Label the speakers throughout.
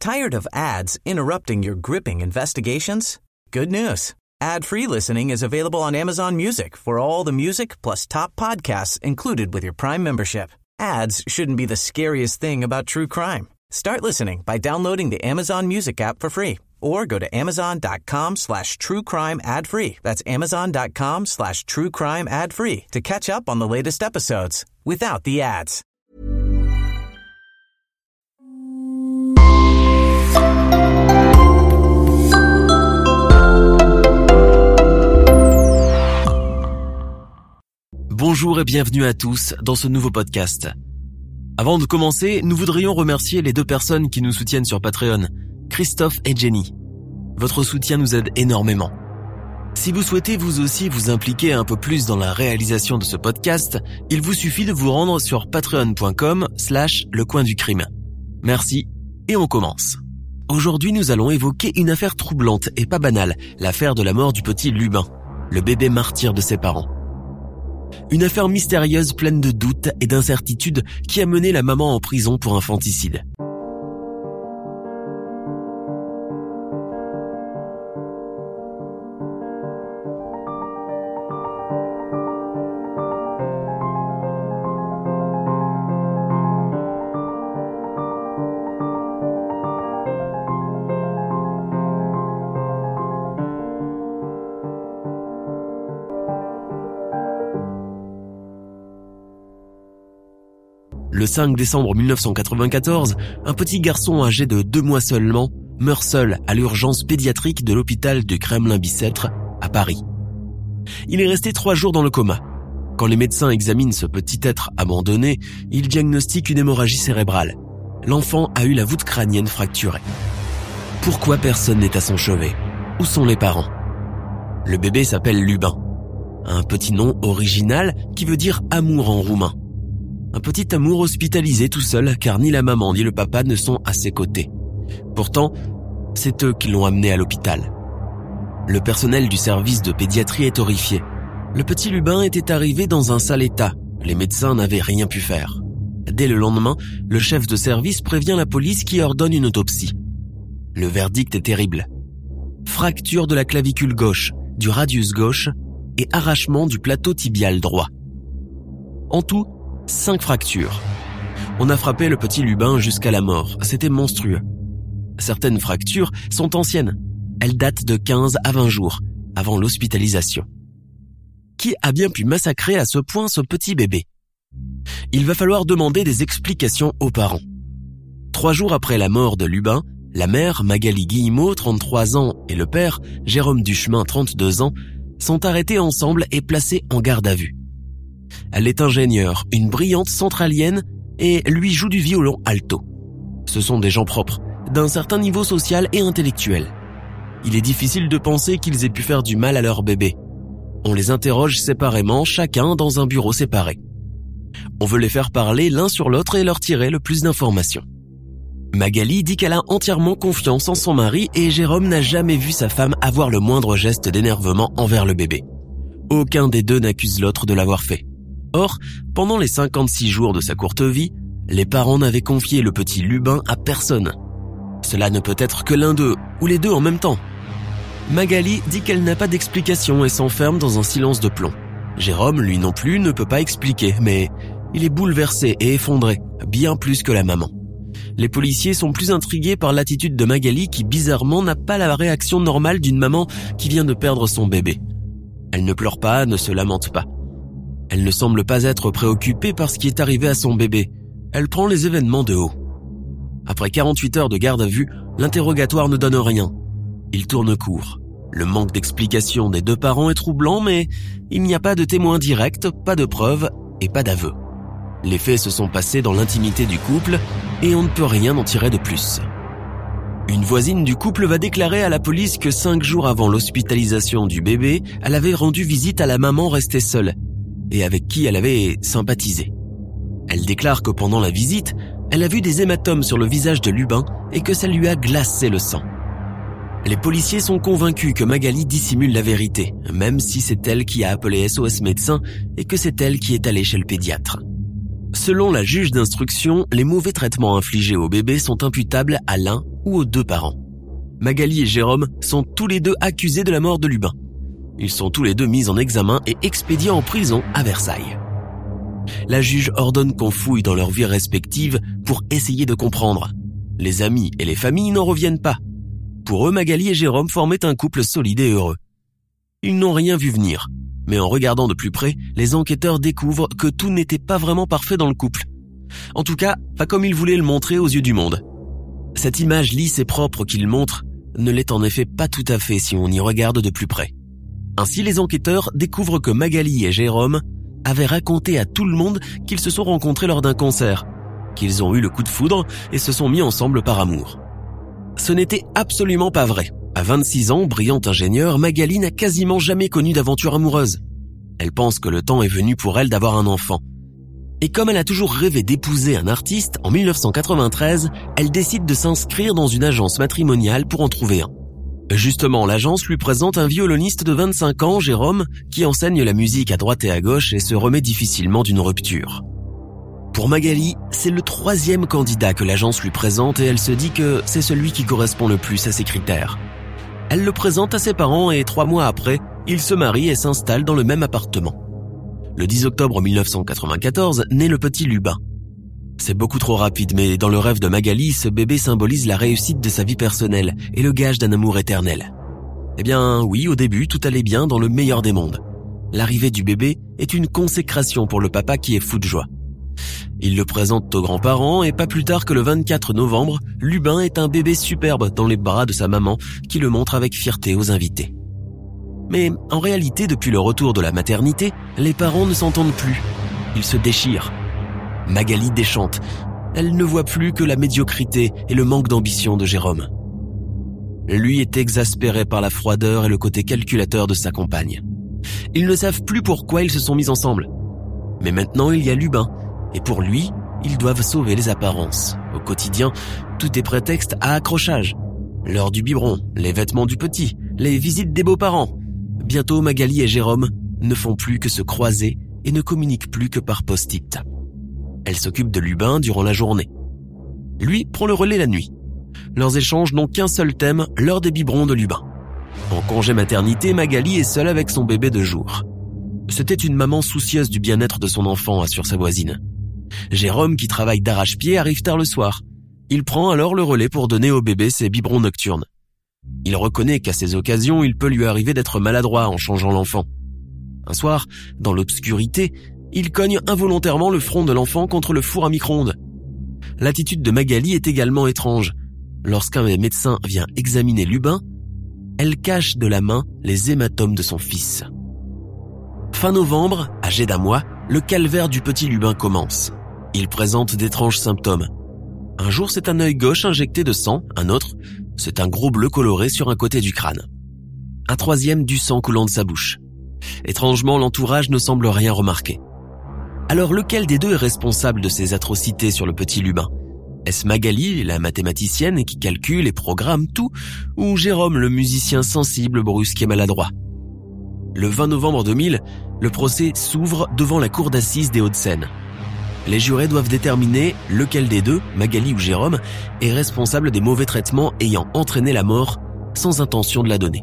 Speaker 1: Tired of ads interrupting your gripping investigations? Good news. Ad-free listening is available on Amazon Music for all the music plus top podcasts included with your Prime membership. Ads shouldn't be the scariest thing about true crime. Start listening by downloading the Amazon Music app for free or go to amazon.com/truecrime ad-free. That's amazon.com/truecrime ad-free to catch up on the latest episodes without the ads.
Speaker 2: Bonjour et bienvenue à tous dans ce nouveau podcast. Avant de commencer, nous voudrions remercier les deux personnes qui nous soutiennent sur Patreon, Christophe et Jenny. Votre soutien nous aide énormément. Si vous souhaitez vous aussi vous impliquer un peu plus dans la réalisation de ce podcast, il vous suffit de vous rendre sur patreon.com/lecoinducrime. Merci et on commence. Aujourd'hui, nous allons évoquer une affaire troublante et pas banale, l'affaire de la mort du petit Lubin, le bébé martyr de ses parents. Une affaire mystérieuse pleine de doutes et d'incertitudes qui a mené la maman en prison pour infanticide. Le 5 décembre 1994, un petit garçon âgé de 2 mois seulement meurt seul à l'urgence pédiatrique de l'hôpital du Kremlin-Bicêtre à Paris. Il est resté 3 jours dans le coma. Quand les médecins examinent ce petit être abandonné, ils diagnostiquent une hémorragie cérébrale. L'enfant a eu la voûte crânienne fracturée. Pourquoi personne n'est à son chevet? Où sont les parents? Le bébé s'appelle Lubin, un petit nom original qui veut dire amour en roumain. Un petit amour hospitalisé tout seul car ni la maman ni le papa ne sont à ses côtés. Pourtant, c'est eux qui l'ont amené à l'hôpital. Le personnel du service de pédiatrie est horrifié. Le petit Lubin était arrivé dans un sale état. Les médecins n'avaient rien pu faire. Dès le lendemain, le chef de service prévient la police qui ordonne une autopsie. Le verdict est terrible. Fracture de la clavicule gauche, du radius gauche et arrachement du plateau tibial droit. En tout, 5 fractures. On a frappé le petit Lubin jusqu'à la mort. C'était monstrueux. Certaines fractures sont anciennes. Elles datent de 15 à 20 jours, avant l'hospitalisation. Qui a bien pu massacrer à ce point ce petit bébé? Il va falloir demander des explications aux parents. 3 jours après la mort de Lubin, la mère, Magali Guillemot, 33 ans, et le père, Jérôme Duchemin, 32 ans, sont arrêtés ensemble et placés en garde à vue. Elle est ingénieure, une brillante centralienne et lui joue du violon alto. Ce sont des gens propres, d'un certain niveau social et intellectuel. Il est difficile de penser qu'ils aient pu faire du mal à leur bébé. On les interroge séparément, chacun dans un bureau séparé. On veut les faire parler l'un sur l'autre et leur tirer le plus d'informations. Magali dit qu'elle a entièrement confiance en son mari et Jérôme n'a jamais vu sa femme avoir le moindre geste d'énervement envers le bébé. Aucun des deux n'accuse l'autre de l'avoir fait. Or, pendant les 56 jours de sa courte vie, les parents n'avaient confié le petit Lubin à personne. Cela ne peut être que l'un d'eux, ou les deux en même temps. Magali dit qu'elle n'a pas d'explication et s'enferme dans un silence de plomb. Jérôme, lui non plus, ne peut pas expliquer, mais il est bouleversé et effondré, bien plus que la maman. Les policiers sont plus intrigués par l'attitude de Magali qui, bizarrement, n'a pas la réaction normale d'une maman qui vient de perdre son bébé. Elle ne pleure pas, ne se lamente pas. Elle ne semble pas être préoccupée par ce qui est arrivé à son bébé. Elle prend les événements de haut. Après 48 heures de garde à vue, l'interrogatoire ne donne rien. Il tourne court. Le manque d'explication des deux parents est troublant, mais il n'y a pas de témoins directs, pas de preuves et pas d'aveu. Les faits se sont passés dans l'intimité du couple et on ne peut rien en tirer de plus. Une voisine du couple va déclarer à la police que 5 jours avant l'hospitalisation du bébé, elle avait rendu visite à la maman restée seule et avec qui elle avait sympathisé. Elle déclare que pendant la visite, elle a vu des hématomes sur le visage de Lubin et que ça lui a glacé le sang. Les policiers sont convaincus que Magali dissimule la vérité, même si c'est elle qui a appelé SOS Médecins et que c'est elle qui est allée chez le pédiatre. Selon la juge d'instruction, les mauvais traitements infligés au bébé sont imputables à l'un ou aux deux parents. Magali et Jérôme sont tous les deux accusés de la mort de Lubin. Ils sont tous les deux mis en examen et expédiés en prison à Versailles. La juge ordonne qu'on fouille dans leurs vies respectives pour essayer de comprendre. Les amis et les familles n'en reviennent pas. Pour eux, Magali et Jérôme formaient un couple solide et heureux. Ils n'ont rien vu venir, mais en regardant de plus près, les enquêteurs découvrent que tout n'était pas vraiment parfait dans le couple. En tout cas, pas comme ils voulaient le montrer aux yeux du monde. Cette image lisse et propre qu'ils montrent ne l'est en effet pas tout à fait si on y regarde de plus près. Ainsi, les enquêteurs découvrent que Magali et Jérôme avaient raconté à tout le monde qu'ils se sont rencontrés lors d'un concert, qu'ils ont eu le coup de foudre et se sont mis ensemble par amour. Ce n'était absolument pas vrai. À 26 ans, brillante ingénieure, Magali n'a quasiment jamais connu d'aventure amoureuse. Elle pense que le temps est venu pour elle d'avoir un enfant. Et comme elle a toujours rêvé d'épouser un artiste, en 1993, elle décide de s'inscrire dans une agence matrimoniale pour en trouver un. Justement, l'agence lui présente un violoniste de 25 ans, Jérôme, qui enseigne la musique à droite et à gauche et se remet difficilement d'une rupture. Pour Magali, c'est le 3e candidat que l'agence lui présente et elle se dit que c'est celui qui correspond le plus à ses critères. Elle le présente à ses parents et 3 mois après, ils se marient et s'installent dans le même appartement. Le 10 octobre 1994, naît le petit Lubin. C'est beaucoup trop rapide, mais dans le rêve de Magali, ce bébé symbolise la réussite de sa vie personnelle et le gage d'un amour éternel. Eh bien oui, au début, tout allait bien dans le meilleur des mondes. L'arrivée du bébé est une consécration pour le papa qui est fou de joie. Il le présente aux grands-parents et pas plus tard que le 24 novembre, Lubin est un bébé superbe dans les bras de sa maman qui le montre avec fierté aux invités. Mais en réalité, depuis le retour de la maternité, les parents ne s'entendent plus. Ils se déchirent. Magali déchante. Elle ne voit plus que la médiocrité et le manque d'ambition de Jérôme. Lui est exaspéré par la froideur et le côté calculateur de sa compagne. Ils ne savent plus pourquoi ils se sont mis ensemble. Mais maintenant, il y a Lubin. Et pour lui, ils doivent sauver les apparences. Au quotidien, tout est prétexte à accrochage. L'heure du biberon, les vêtements du petit, les visites des beaux-parents. Bientôt, Magali et Jérôme ne font plus que se croiser et ne communiquent plus que par post-it. Elle s'occupe de Lubin durant la journée. Lui prend le relais la nuit. Leurs échanges n'ont qu'un seul thème, l'heure des biberons de Lubin. En congé maternité, Magali est seule avec son bébé de jour. C'était une maman soucieuse du bien-être de son enfant, assure sa voisine. Jérôme, qui travaille d'arrache-pied, arrive tard le soir. Il prend alors le relais pour donner au bébé ses biberons nocturnes. Il reconnaît qu'à ces occasions, il peut lui arriver d'être maladroit en changeant l'enfant. Un soir, dans l'obscurité, il cogne involontairement le front de l'enfant contre le four à micro-ondes. L'attitude de Magali est également étrange. Lorsqu'un médecin vient examiner Lubin, elle cache de la main les hématomes de son fils. Fin novembre, âgé d'1 mois, le calvaire du petit Lubin commence. Il présente d'étranges symptômes. Un jour, c'est un œil gauche injecté de sang, un autre, c'est un gros bleu coloré sur un côté du crâne. Un 3e, du sang coulant de sa bouche. Étrangement, l'entourage ne semble rien remarquer. Alors, lequel des deux est responsable de ces atrocités sur le petit Lubin ? Est-ce Magali, la mathématicienne qui calcule et programme tout, ou Jérôme, le musicien sensible, brusque et maladroit ? Le 20 novembre 2000, le procès s'ouvre devant la cour d'assises des Hauts-de-Seine. Les jurés doivent déterminer lequel des deux, Magali ou Jérôme, est responsable des mauvais traitements ayant entraîné la mort sans intention de la donner.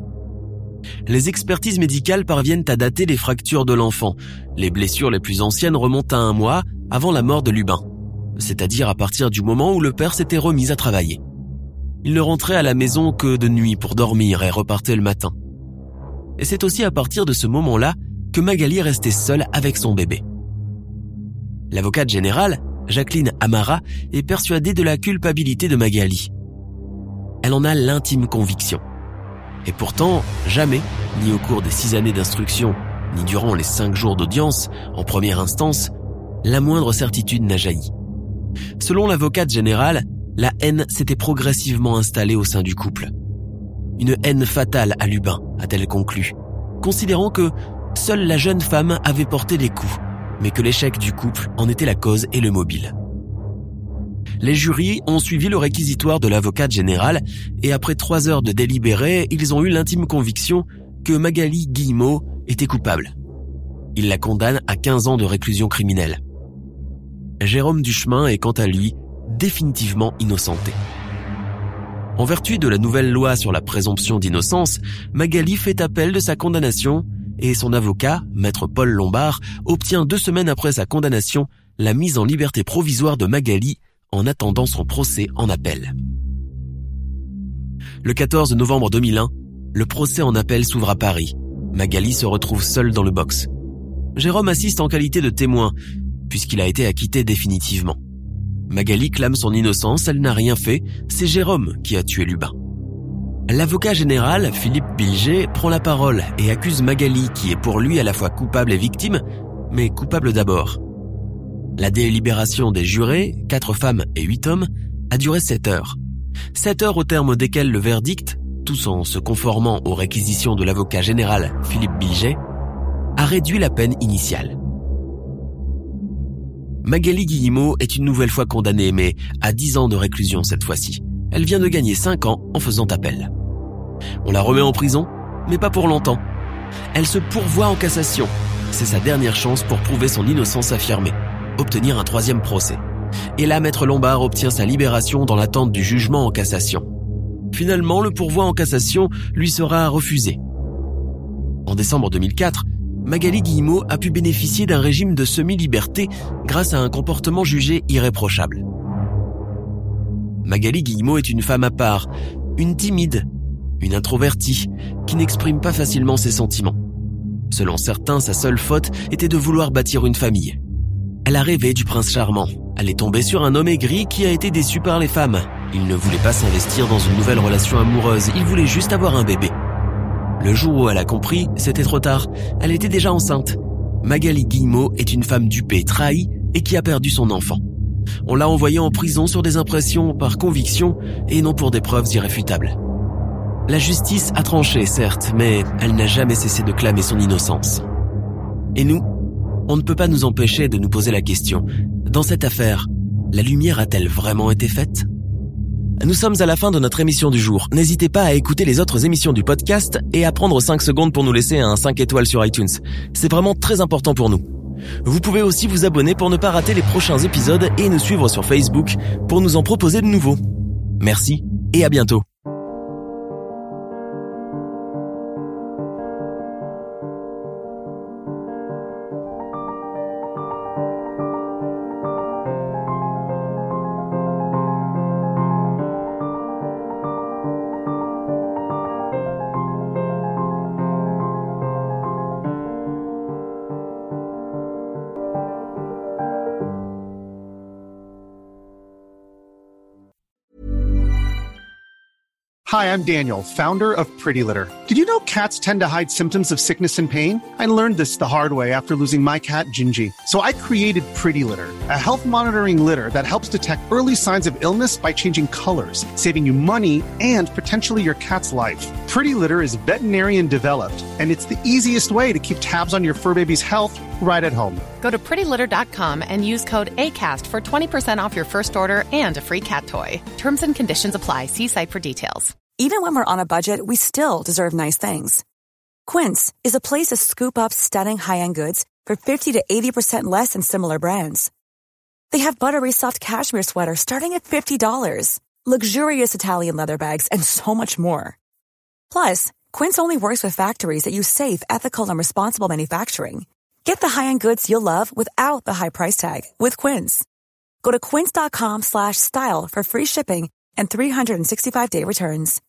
Speaker 2: Les expertises médicales parviennent à dater les fractures de l'enfant. Les blessures les plus anciennes remontent à 1 mois avant la mort de Lubin, c'est-à-dire à partir du moment où le père s'était remis à travailler. Il ne rentrait à la maison que de nuit pour dormir et repartait le matin. Et c'est aussi à partir de ce moment-là que Magali est restée seule avec son bébé. L'avocate générale, Jacqueline Amara, est persuadée de la culpabilité de Magali. Elle en a l'intime conviction. Et pourtant, jamais, ni au cours des 6 années d'instruction, ni durant les 5 jours d'audience, en première instance, la moindre certitude n'a jailli. Selon l'avocate générale, la haine s'était progressivement installée au sein du couple. Une haine fatale à Lubin, a-t-elle conclu, considérant que seule la jeune femme avait porté les coups, mais que l'échec du couple en était la cause et le mobile. Les jurys ont suivi le réquisitoire de l'avocate générale et après 3 heures de délibéré, ils ont eu l'intime conviction que Magali Guillemot était coupable. Ils la condamnent à 15 ans de réclusion criminelle. Jérôme Duchemin est quant à lui définitivement innocenté. En vertu de la nouvelle loi sur la présomption d'innocence, Magali fait appel de sa condamnation et son avocat, maître Paul Lombard, obtient 2 semaines après sa condamnation la mise en liberté provisoire de Magali en attendant son procès en appel. Le 14 novembre 2001, le procès en appel s'ouvre à Paris. Magali se retrouve seule dans le box. Jérôme assiste en qualité de témoin, puisqu'il a été acquitté définitivement. Magali clame son innocence, elle n'a rien fait, c'est Jérôme qui a tué Lubin. L'avocat général, Philippe Bilger, prend la parole et accuse Magali, qui est pour lui à la fois coupable et victime, mais coupable d'abord. La délibération des jurés, 4 femmes et 8 hommes, a duré 7 heures. 7 heures au terme desquelles le verdict, tous en se conformant aux réquisitions de l'avocat général Philippe Bilger, a réduit la peine initiale. Magali Guillemot est une nouvelle fois condamnée, mais à 10 ans de réclusion cette fois-ci. Elle vient de gagner 5 ans en faisant appel. On la remet en prison, mais pas pour longtemps. Elle se pourvoit en cassation. C'est sa dernière chance pour prouver son innocence affirmée, obtenir un 3e procès. Et là, maître Lombard obtient sa libération dans l'attente du jugement en cassation. Finalement, le pourvoi en cassation lui sera refusé. En décembre 2004, Magali Guillemot a pu bénéficier d'un régime de semi-liberté grâce à un comportement jugé irréprochable. Magali Guillemot est une femme à part, une timide, une introvertie, qui n'exprime pas facilement ses sentiments. Selon certains, sa seule faute était de vouloir bâtir une famille. Elle a rêvé du prince charmant. Elle est tombée sur un homme aigri qui a été déçu par les femmes. Il ne voulait pas s'investir dans une nouvelle relation amoureuse, il voulait juste avoir un bébé. Le jour où elle a compris, c'était trop tard. Elle était déjà enceinte. Magali Guillemot est une femme dupée, trahie et qui a perdu son enfant. On l'a envoyée en prison sur des impressions par conviction et non pour des preuves irréfutables. La justice a tranché, certes, mais elle n'a jamais cessé de clamer son innocence. Et nous, on ne peut pas nous empêcher de nous poser la question. Dans cette affaire, la lumière a-t-elle vraiment été faite ? Nous sommes à la fin de notre émission du jour. N'hésitez pas à écouter les autres émissions du podcast et à prendre 5 secondes pour nous laisser un 5 étoiles sur iTunes. C'est vraiment très important pour nous. Vous pouvez aussi vous abonner pour ne pas rater les prochains épisodes et nous suivre sur Facebook pour nous en proposer de nouveaux. Merci et à bientôt.
Speaker 3: Hi, I'm Daniel, founder of Pretty Litter. Did you know cats tend to hide symptoms of sickness and pain? I learned this the hard way after losing my cat, Gingy. So I created Pretty Litter, a health monitoring litter that helps detect early signs of illness by changing colors, saving you money and potentially your cat's life. Pretty Litter is veterinarian developed, and it's the easiest way to keep tabs on your fur baby's health right at home.
Speaker 4: Go to prettylitter.com and use code ACAST for 20% off your first order and a free cat toy. Terms and conditions apply. See site for details.
Speaker 5: Even when we're on a budget, we still deserve nice things. Quince is a place to scoop up stunning high-end goods for 50 to 80% less than similar brands. They have buttery soft cashmere sweaters starting at $50, luxurious Italian leather bags, and so much more. Plus, Quince only works with factories that use safe, ethical, and responsible manufacturing. Get the high-end goods you'll love without the high price tag with Quince. Go to quince.com/style for free shipping and 365-day returns.